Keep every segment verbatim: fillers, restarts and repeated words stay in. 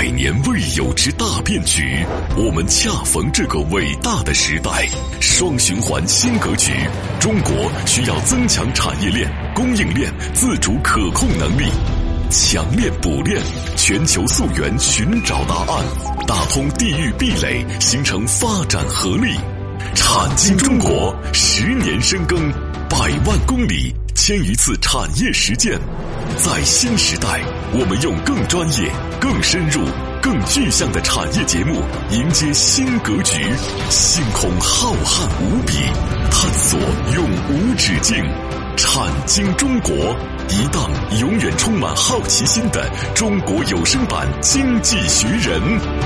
百年未有之大变局，我们恰逢这个伟大的时代。双循环新格局，中国需要增强产业链、供应链自主可控能力，强链补链，全球溯源寻找答案，打通地域壁垒，形成发展合力。产经中国十年深耕，百万公里，千余次产业实践。在新时代，我们用更专业、更深入、更具象的产业节目迎接新格局。星空浩瀚无比，探索永无止境。产经中国，一档永远充满好奇心的中国有声版经济学人。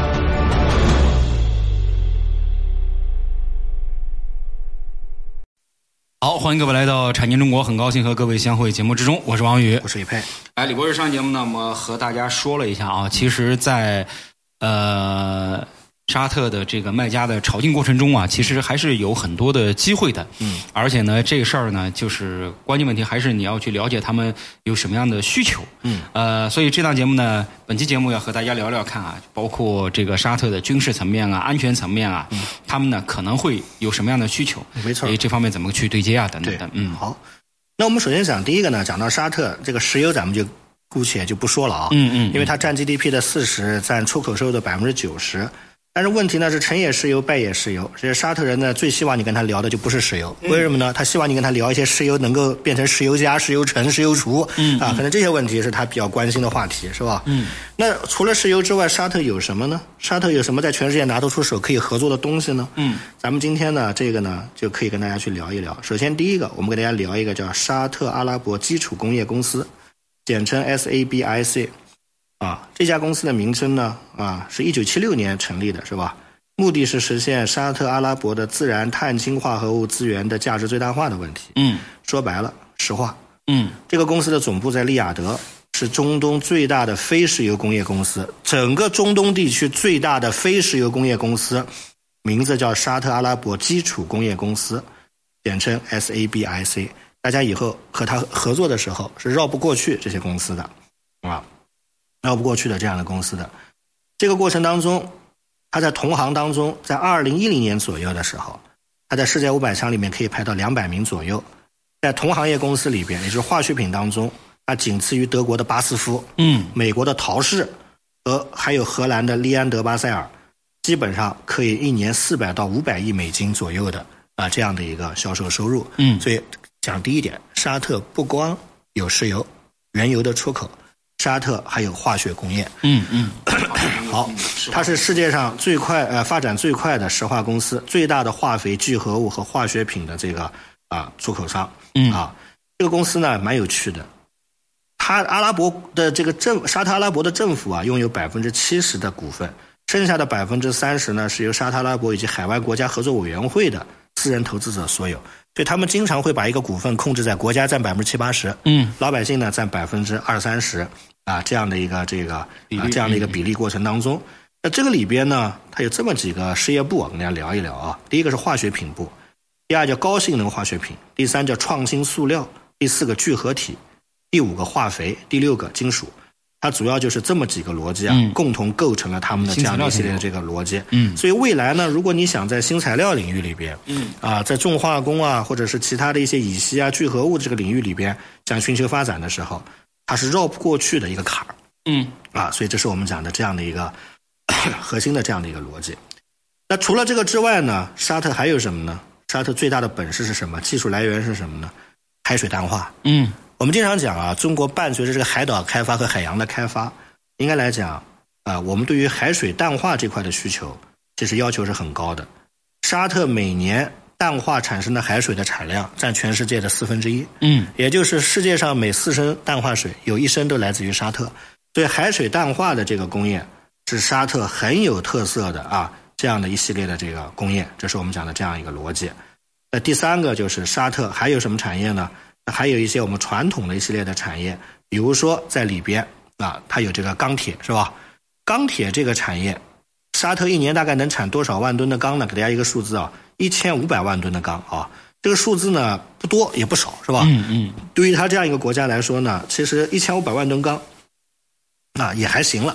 好，欢迎各位来到产经中国，很高兴和各位相会节目之中，我是王宇， 我是李佩。 哎，李博士上节目呢，我们和大家说了一下啊，其实在呃沙特的这个卖家的炒进过程中啊，其实还是有很多的机会的。嗯，而且呢，这个事儿呢，就是关键问题还是你要去了解他们有什么样的需求。嗯，呃，所以这档节目呢，本期节目要和大家聊聊看啊，包括这个沙特的军事层面啊、安全层面啊，嗯、他们呢可能会有什么样的需求？ 没错， 所以这方面怎么去对接啊，等等等。嗯， 好。那我们首先讲第一个呢，讲到沙特这个石油，咱们就姑且就不说了啊。嗯 嗯, 嗯，因为它占 G D P 的四十，占出口收入的百分之九十。但是问题呢是成也石油，败也石油。这些沙特人呢最希望你跟他聊的就不是石油，为什么呢？他希望你跟他聊一些石油能够变成石油加、石油城、石油厨，嗯啊，可能这些问题是他比较关心的话题，是吧？嗯。那除了石油之外，沙特有什么呢？沙特有什么在全世界拿得出手可以合作的东西呢？嗯，咱们今天呢这个呢就可以跟大家去聊一聊。首先第一个，我们给大家聊一个叫沙特阿拉伯基础工业公司，简称 S A B I C。啊，这家公司的名称呢，啊，是一九七六年成立的，是吧？目的是实现沙特阿拉伯的自然碳氢化合物资源的价值最大化的问题。嗯，说白了，石化。嗯，这个公司的总部在利雅得，是中东最大的非石油工业公司，整个中东地区最大的非石油工业公司，名字叫沙特阿拉伯基础工业公司，简称 S A B I C。大家以后和它合作的时候是绕不过去这些公司的，啊。绕不过去的这样的公司的这个过程当中，他在同行当中，在二零一零年左右的时候，他在世界五百强里面可以排到两百名左右。在同行业公司里边，也就是化学品当中，他仅次于德国的巴斯夫，嗯，美国的陶氏和还有荷兰的利安德巴塞尔，基本上可以一年四百到五百亿美金左右的啊、呃、这样的一个销售收入。嗯，所以讲第一点，沙特不光有石油、原油的出口。沙特还有化学工业，嗯嗯，好，它是世界上最快呃发展最快的石化公司，最大的化肥聚合物和化学品的这个啊出口商，嗯啊，这个公司呢蛮有趣的，它阿拉伯的这个政沙特阿拉伯的政府啊拥有百分之七十的股份，剩下的百分之三十呢是由沙特阿拉伯以及海外国家合作委员会的私人投资者所有。所以他们经常会把一个股份控制在国家占百分之七八十，嗯，老百姓呢占百分之二三十，啊，这样的一个这个啊这样的一个比例过程当中，那这个里边呢，它有这么几个事业部啊，跟大家聊一聊啊。第一个是化学品部，第二叫高性能化学品，第三叫创新塑料，第四个聚合体，第五个化肥，第六个金属。它主要就是这么几个逻辑啊、嗯，共同构成了他们的这样一系列的这个逻辑。嗯，所以未来呢，如果你想在新材料领域里边，嗯啊，在重化工啊，或者是其他的一些乙烯啊、聚合物这个领域里边，想寻求发展的时候，它是绕不过去的一个坎儿。嗯啊，所以这是我们讲的这样的一个核心的这样的一个逻辑。那除了这个之外呢，沙特还有什么呢？沙特最大的本事是什么？技术来源是什么呢？海水淡化。嗯。我们经常讲啊，中国伴随着这个海岛开发和海洋的开发，应该来讲啊、呃，我们对于海水淡化这块的需求，其实要求是很高的。沙特每年淡化产生的海水的产量占全世界的四分之一，嗯，也就是世界上每四升淡化水有一升都来自于沙特。所以海水淡化的这个工业是沙特很有特色的啊，这样的一系列的这个工业，这是我们讲的这样一个逻辑。那第三个就是沙特还有什么产业呢？还有一些我们传统的一系列的产业，比如说在里边啊，它有这个钢铁，是吧？钢铁这个产业，沙特一年大概能产多少万吨的钢呢？给大家一个数字啊，一千五百万吨的钢啊，这个数字呢不多也不少，是吧？嗯嗯。对于它这样一个国家来说呢，其实一千五百万吨钢啊也还行了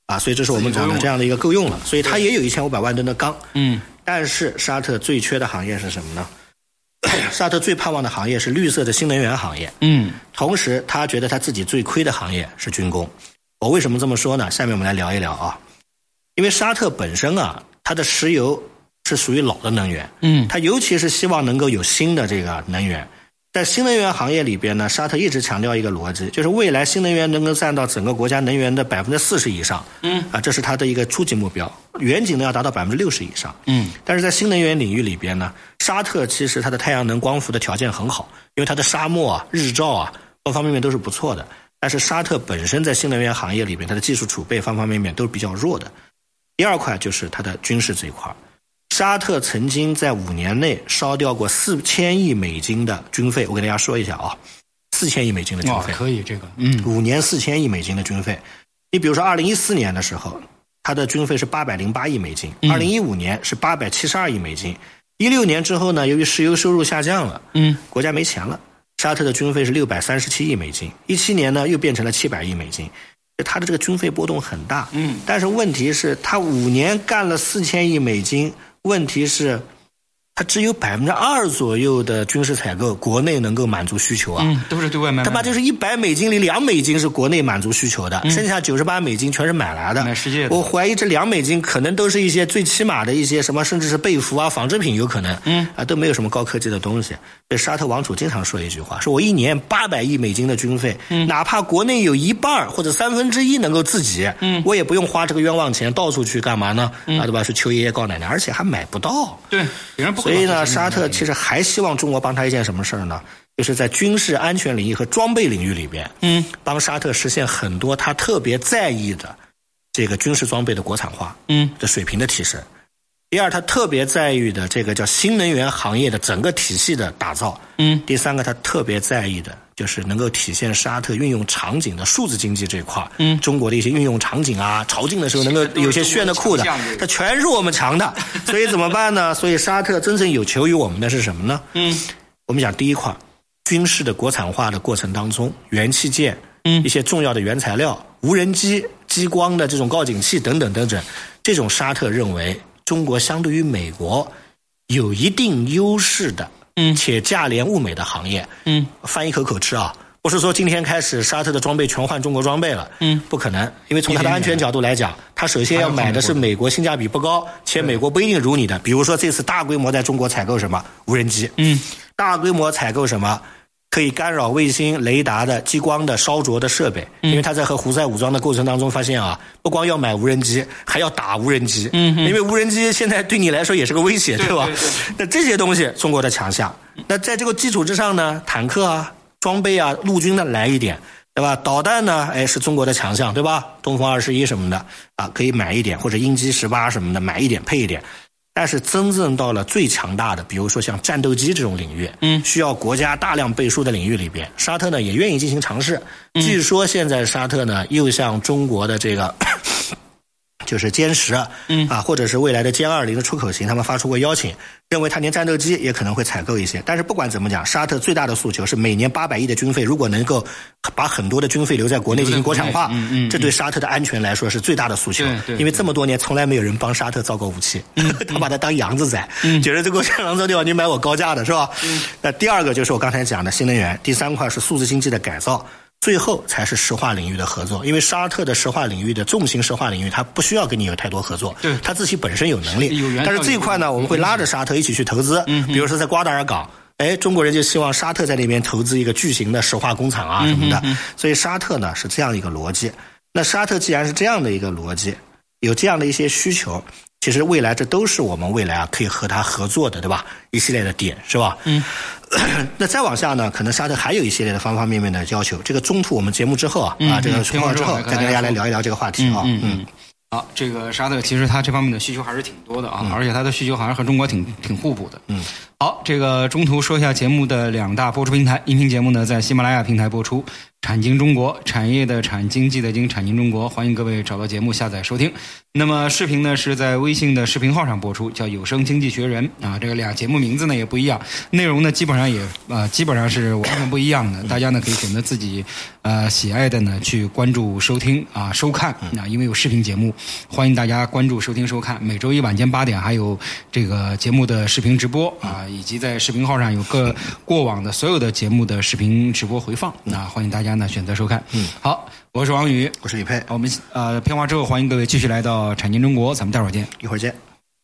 啊，所以这是我们讲的这样的一个够用了，所以它也有一千五百万吨的钢。 嗯， 但是沙特最缺的行业是什么呢？沙特最盼望的行业是绿色的新能源行业。 嗯， 同时他觉得他自己最亏的行业是军工。我为什么这么说呢？下面我们来聊一聊啊。因为沙特本身啊，它的石油是属于老的能源。 嗯， 它尤其是希望能够有新的这个能源。在新能源行业里边呢，沙特一直强调一个逻辑，就是未来新能源能够占到整个国家能源的百分之四十以上。 嗯， 啊，这是它的一个初级目标。远景呢要达到百分之六十以上。 嗯， 但是在新能源领域里边呢，沙特其实它的太阳能光伏的条件很好，因为它的沙漠啊、日照啊各方面面都是不错的。但是沙特本身在新能源行业里边，它的技术储备方方面面都是比较弱的。第二块就是它的军事这一块。沙特曾经在五年内烧掉过四千亿美金的军费，我跟大家说一下啊，四千亿美金的军费， 可以这个，嗯， 五年四千亿美金的军费。你比如说，二零一四年的时候，它的军费是八百零八亿美金；二零一五年是八百七十二亿美金；一六年之后呢，由于石油收入下降了，嗯，国家没钱了，沙特的军费是六百三十七亿美金；一七年呢，又变成了七百亿美金。它的这个军费波动很大，嗯，但是问题是，它五年干了四千亿美金。问题是，它只有百分之二左右的军事采购国内能够满足需求啊， 嗯，都是对外卖。 他妈就是一百美金里两美金是国内满足需求的，嗯、剩下九十八美金全是买来的。 买世界的。 我怀疑这两美金可能都是一些最起码的一些什么，甚至是被服啊、纺织品有可能，嗯啊都没有什么高科技的东西。这沙特王储经常说一句话，说我一年八百亿美金的军费，嗯，哪怕国内有一半或者三分之一能够自己，嗯，我也不用花这个冤枉钱到处去干嘛呢？嗯、啊，对吧？去求爷爷告奶奶，而且还买不到。 对，别人不。 所以呢，沙特其实还希望中国帮他一件什么事儿呢？就是在军事安全领域和装备领域里边，嗯，帮沙特实现很多他特别在意的这个军事装备的国产化，嗯，的水平的提升。第二，他特别在意的这个叫新能源行业的整个体系的打造。嗯，第三个，他特别在意的就是能够体现沙特运用场景的数字经济这一块。嗯，中国的一些运用场景啊，朝觐的时候能够有些炫的酷的，它全是我们强的。所以怎么办呢？所以沙特真正有求于我们的是什么呢？嗯，我们讲第一块，军事的国产化的过程当中，元器件，嗯，一些重要的原材料，无人机、激光的这种告警器等等等等，这种沙特认为。中国相对于美国有一定优势的，嗯，且价廉物美的行业，嗯，翻一口口吃啊，不是说今天开始沙特的装备全换中国装备了，嗯，不可能，因为从它的安全角度来讲，它首先要买的是美国性价比不高，且美国不一定如你的，比如说这次大规模在中国采购什么无人机，嗯，大规模采购什么可以干扰卫星、雷达的、激光的、烧灼的设备，因为他在和胡塞武装的过程当中发现啊，不光要买无人机，还要打无人机，嗯，因为无人机现在对你来说也是个威胁，对吧？对对对，那这些东西中国的强项，那在这个基础之上呢，坦克啊、装备啊、陆军的来一点，对吧？导弹呢，哎，是中国的强项，对吧？东风二十一什么的啊，可以买一点，或者鹰击十八什么的买一点配一点。但是真正到了最强大的，比如说像战斗机这种领域，嗯，需要国家大量背书的领域里边，沙特呢也愿意进行尝试。嗯、据说现在沙特呢又向中国的这个就是歼十，嗯啊，或者是未来的歼二零的出口型，他们发出过邀请，认为他连战斗机也可能会采购一些。但是不管怎么讲，沙特最大的诉求是每年八百亿的军费，如果能够把很多的军费留在国内进行国产化，嗯嗯，这对沙特的安全来说是最大的诉求。因为这么多年从来没有人帮沙特造过武器，嗯、他把它当洋子宰，嗯、觉得这个像狼州地方你买我高价的是吧？嗯、那第二个就是我刚才讲的新能源，第三块是数字经济的改造。最后才是石化领域的合作，因为沙特的石化领域的重型石化领域，它不需要跟你有太多合作，对，它自己本身有能力。但是这一块呢，我们会拉着沙特一起去投资，嗯，比如说在瓜达尔港，哎，中国人就希望沙特在那边投资一个巨型的石化工厂啊什么的，所以沙特呢是这样一个逻辑。那沙特既然是这样的一个逻辑，有这样的一些需求。其实未来这都是我们未来啊可以和他合作的，对吧？一系列的点是吧？嗯。那再往下呢，可能沙特还有一系列的方方面面的要求。这个中途我们节目之后啊，嗯、啊，这个通话之后再跟大家来聊一聊这个话题啊。 嗯 嗯, 嗯。好，这个沙特其实它这方面的需求还是挺多的啊，嗯、而且它的需求好像和中国挺挺互补的。嗯。好，这个中途说一下节目的两大播出平台，音频节目呢在喜马拉雅平台播出。 产经中国，产业的产，经济的经，产经中国，欢迎各位找到节目下载收听。那么视频呢是在微信的视频号上播出，叫有声经济学人啊。这个俩节目名字呢也不一样，内容呢基本上也呃基本上是完全不一样的。大家呢可以选择自己呃喜爱的呢去关注收听啊收看啊，因为有视频节目，欢迎大家关注收听收看。每周一晚间八点还有这个节目的视频直播啊，以及在视频号上有各过往的所有的节目的视频直播回放啊，欢迎大家呢选择收看。嗯，好，我是王宇， 我是李佩。 我们呃片花之后，欢迎各位继续来到产经中国，咱们待会儿见， 一会儿见。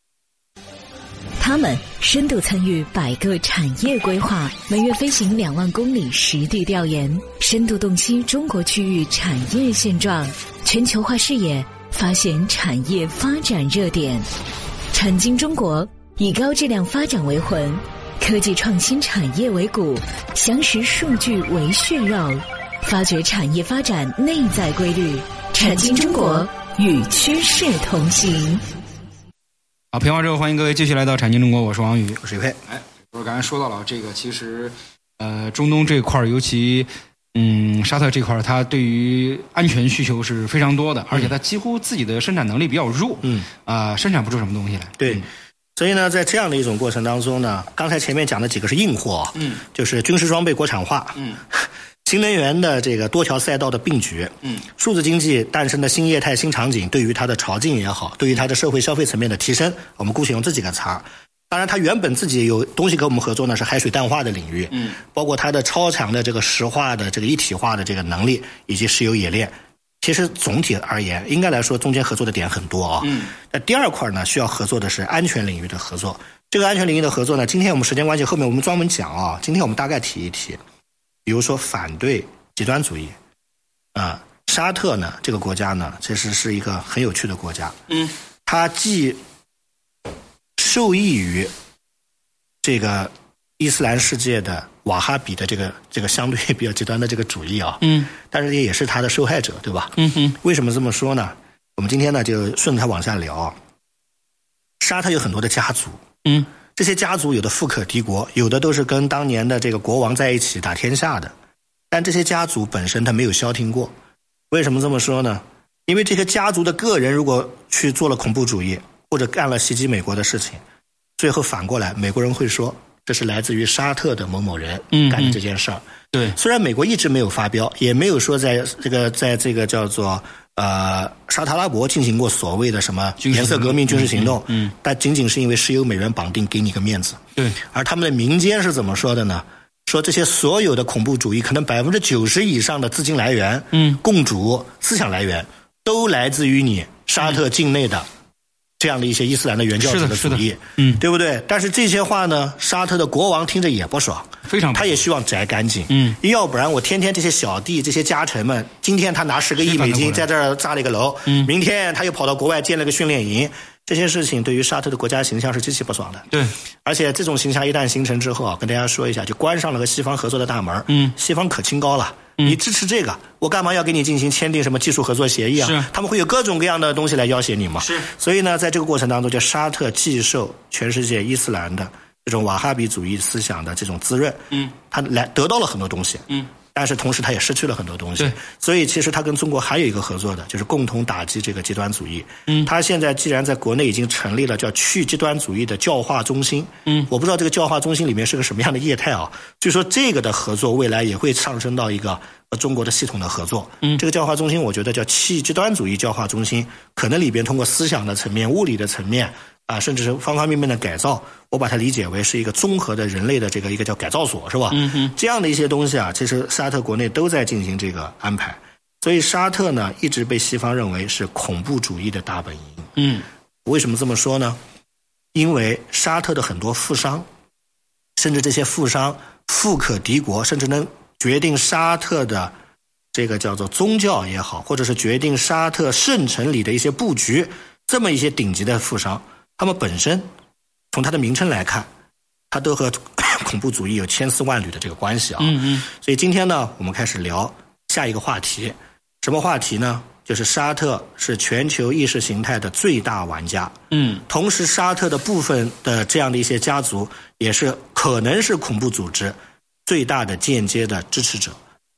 他们深度参与百个产业规划，每月飞行两万公里实地调研，深度洞悉中国区域产业现状，全球化视野，发现产业发展热点。产经中国以高质量发展为魂，科技创新产业为骨，详实数据为血肉，发掘产业发展内在规律。产经中国与趋势同行。 好，片花之后，欢迎各位继续来到产经中国，我是王宇， 我是于佩。 哎，我刚才说到了这个，其实呃，中东这块尤其嗯，沙特这块，它对于安全需求是非常多的，而且它几乎自己的生产能力比较弱，嗯啊、呃，生产不出什么东西来。 对。 嗯， 所以呢，在这样的一种过程当中呢，刚才前面讲的几个是硬货，嗯，就是军事装备国产化，嗯，新能源的这个多条赛道的并举，嗯，数字经济诞生的新业态、新场景，对于它的朝觐也好，对于它的社会消费层面的提升，我们姑且用这几个词儿。当然，它原本自己有东西跟我们合作呢，是海水淡化的领域，嗯，包括它的超强的这个石化的这个一体化的这个能力，以及石油冶炼。其实总体而言，应该来说中间合作的点很多啊。嗯，那第二块呢，需要合作的是安全领域的合作。这个安全领域的合作呢，今天我们时间关系，后面我们专门讲啊。今天我们大概提一提，比如说反对极端主义啊、呃，沙特呢这个国家呢，其实是一个很有趣的国家。嗯，它既受益于这个伊斯兰世界的瓦哈比的这个这个相对比较极端的这个主义啊，嗯，但是也是他的受害者，对吧？嗯哼。为什么这么说呢？我们今天呢就顺着它往下聊。沙特有很多的家族，嗯，这些家族有的富可敌国，有的都是跟当年的这个国王在一起打天下的，但这些家族本身他没有消停过。为什么这么说呢？因为这个家族的个人如果去做了恐怖主义，或者干了袭击美国的事情，最后反过来美国人会说这是来自于沙特的某某人干的这件事儿。嗯嗯，对，虽然美国一直没有发飙，也没有说在这个在这个叫做呃沙特阿拉伯进行过所谓的什么颜色革命军事行动，嗯，嗯，但仅仅是因为石油美元绑定给你个面子。对，而他们的民间是怎么说的呢？说这些所有的恐怖主义可能百分之九十以上的资金来源，嗯，共主思想来源都来自于你沙特境内的。这样的一些伊斯兰的原教旨的主义，嗯，对不对？但是这些话呢，沙特的国王听着也不爽，非常不爽，他也希望摘干净，嗯，要不然我天天这些小弟、这些家臣们，今天他拿十个亿美金在这儿炸了一个楼，嗯，明天他又跑到国外建了个训练营，这些事情对于沙特的国家形象是极其不爽的。对，而且这种形象一旦形成之后啊，跟大家说一下，就关上了和西方合作的大门，嗯，西方可清高了。你支持这个，我干嘛要跟你进行签订什么技术合作协议啊？是，他们会有各种各样的东西来要挟你嘛。是，所以呢，在这个过程当中，就沙特既受全世界伊斯兰的这种瓦哈比主义思想的这种滋润，嗯，他来得到了很多东西，嗯，但是同时他也失去了很多东西。对，所以其实他跟中国还有一个合作的，就是共同打击这个极端主义。嗯，他现在既然在国内已经成立了叫去极端主义的教化中心，嗯，我不知道这个教化中心里面是个什么样的业态啊。据说这个的合作未来也会上升到一个和中国的系统的合作。嗯，这个教化中心我觉得叫去极端主义教化中心，可能里边通过思想的层面、物理的层面啊，甚至是方方面面的改造，我把它理解为是一个综合的人类的这个一个叫改造所，是吧？嗯哼，这样的一些东西啊，其实沙特国内都在进行这个安排。所以沙特呢，一直被西方认为是恐怖主义的大本营。嗯，为什么这么说呢？因为沙特的很多富商，甚至这些富商富可敌国，甚至能决定沙特的这个叫做宗教也好，或者是决定沙特圣城里的一些布局，这么一些顶级的富商，他们本身从它的名称来看，它都和恐怖主义有千丝万缕的这个关系啊。嗯嗯。所以今天呢，我们开始聊下一个话题，什么话题呢？就是沙特是全球意识形态的最大玩家。嗯。同时，沙特的部分的这样的一些家族，也是可能是恐怖组织最大的间接的支持者。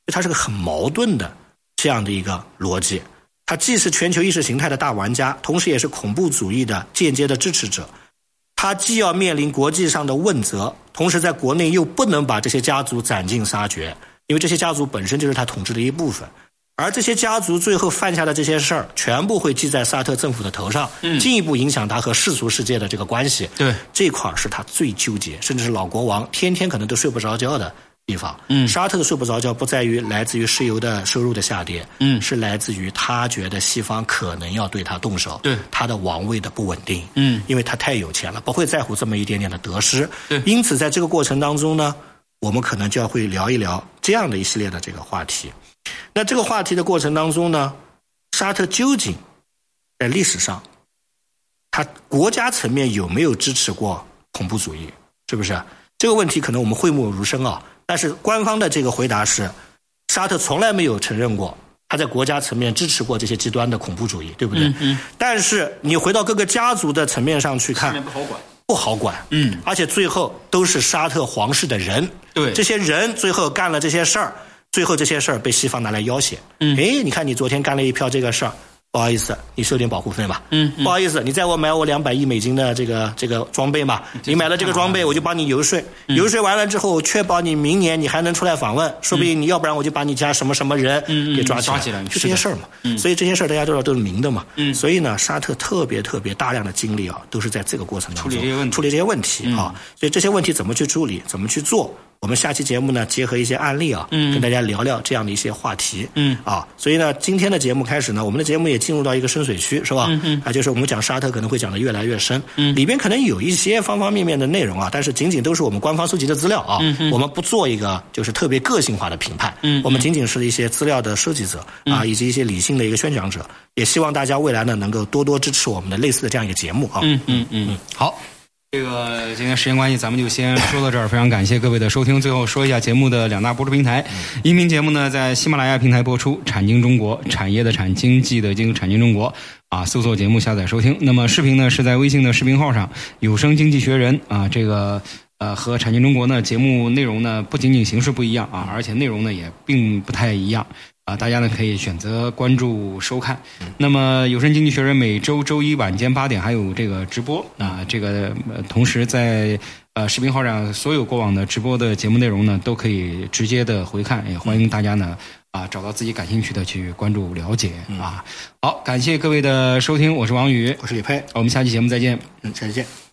以它是个很矛盾的这样的一个逻辑。它既是全球意识形态的大玩家，同时也是恐怖主义的间接的支持者。他既要面临国际上的问责，同时在国内又不能把这些家族斩尽杀绝，因为这些家族本身就是他统治的一部分。而这些家族最后犯下的这些事儿，全部会记在沙特政府的头上，嗯，进一步影响他和世俗世界的这个关系。 对， 这块是他最纠结，甚至是老国王天天可能都睡不着觉的地方。 嗯， 沙特的睡不着觉不在于来自于石油的收入的下跌， 嗯， 是来自于他觉得西方可能要对他动手， 对他的王位的不稳定， 嗯， 因为他太有钱了，不会在乎这么一点点的得失。 对， 因此在这个过程当中呢，我们可能就要会聊一聊这样的一系列的这个话题。那这个话题的过程当中呢，沙特究竟在历史上，他国家层面有没有支持过恐怖主义？是不是？这个问题可能我们讳莫如深啊。但是官方的这个回答是，沙特从来没有承认过他在国家层面支持过这些极端的恐怖主义，对不对？ 嗯嗯。 但是你回到各个家族的层面上去看， 不好管， 不好管。 嗯。 而且最后都是沙特皇室的人， 对， 这些人最后干了这些事儿。最后这些事儿被西方拿来要挟，嗯，诶，你看你昨天干了一票这个事儿，不好意思，你收点保护费吧， 嗯， 不好意思，你在我买我两百亿美金的这个这个装备嘛，你买了这个装备，我就帮你游说， 嗯、 游说完了之后，确保你明年你还能出来访问，说不定你要不然我就把你家什么什么人给抓起来， 嗯、抓起来就这些事儿嘛， 嗯， 所以这些事儿大家都知道都是明的嘛， 嗯， 所以呢，沙特特别特别大量的精力啊，都是在这个过程当中处理这些问题， 处理这些问题啊， 嗯、 所以这些问题怎么去处理，怎么去做。我们下期节目呢，结合一些案例啊，嗯，跟大家聊聊这样的一些话题， 嗯， 啊，所以呢，今天的节目开始呢，我们的节目也进入到一个深水区，是吧？ 嗯嗯， 啊，就是我们讲沙特可能会讲的越来越深， 嗯， 里边可能有一些方方面面的内容啊，但是仅仅都是我们官方收集的资料啊， 嗯嗯， 我们不做一个就是特别个性化的评判， 嗯， 我们仅仅是一些资料的收集者啊，以及一些理性的一个宣讲者，也希望大家未来呢能够多多支持我们的类似的这样一个节目啊， 嗯嗯嗯嗯，好。这个今天时间关系，咱们就先说到这儿。非常感谢各位的收听。最后说一下节目的两大播出平台，音频节目呢在喜马拉雅平台播出，产经中国，产业的产，经济的经，产经中国啊，搜索节目下载收听。那么视频呢是在微信的视频号上，有声经济学人啊，这个呃和产经中国呢节目内容呢不仅仅形式不一样啊，而且内容呢也并不太一样。啊，大家呢可以选择关注收看。那么有声经济学人每周周一晚间八点还有这个直播啊，这个、呃、同时在呃视频号上所有过往的直播的节目内容呢都可以直接的回看，也欢迎大家呢啊找到自己感兴趣的去关注了解啊。好，感谢各位的收听，我是王宇， 我是李佩， 我们下期节目再见。 嗯，下期见。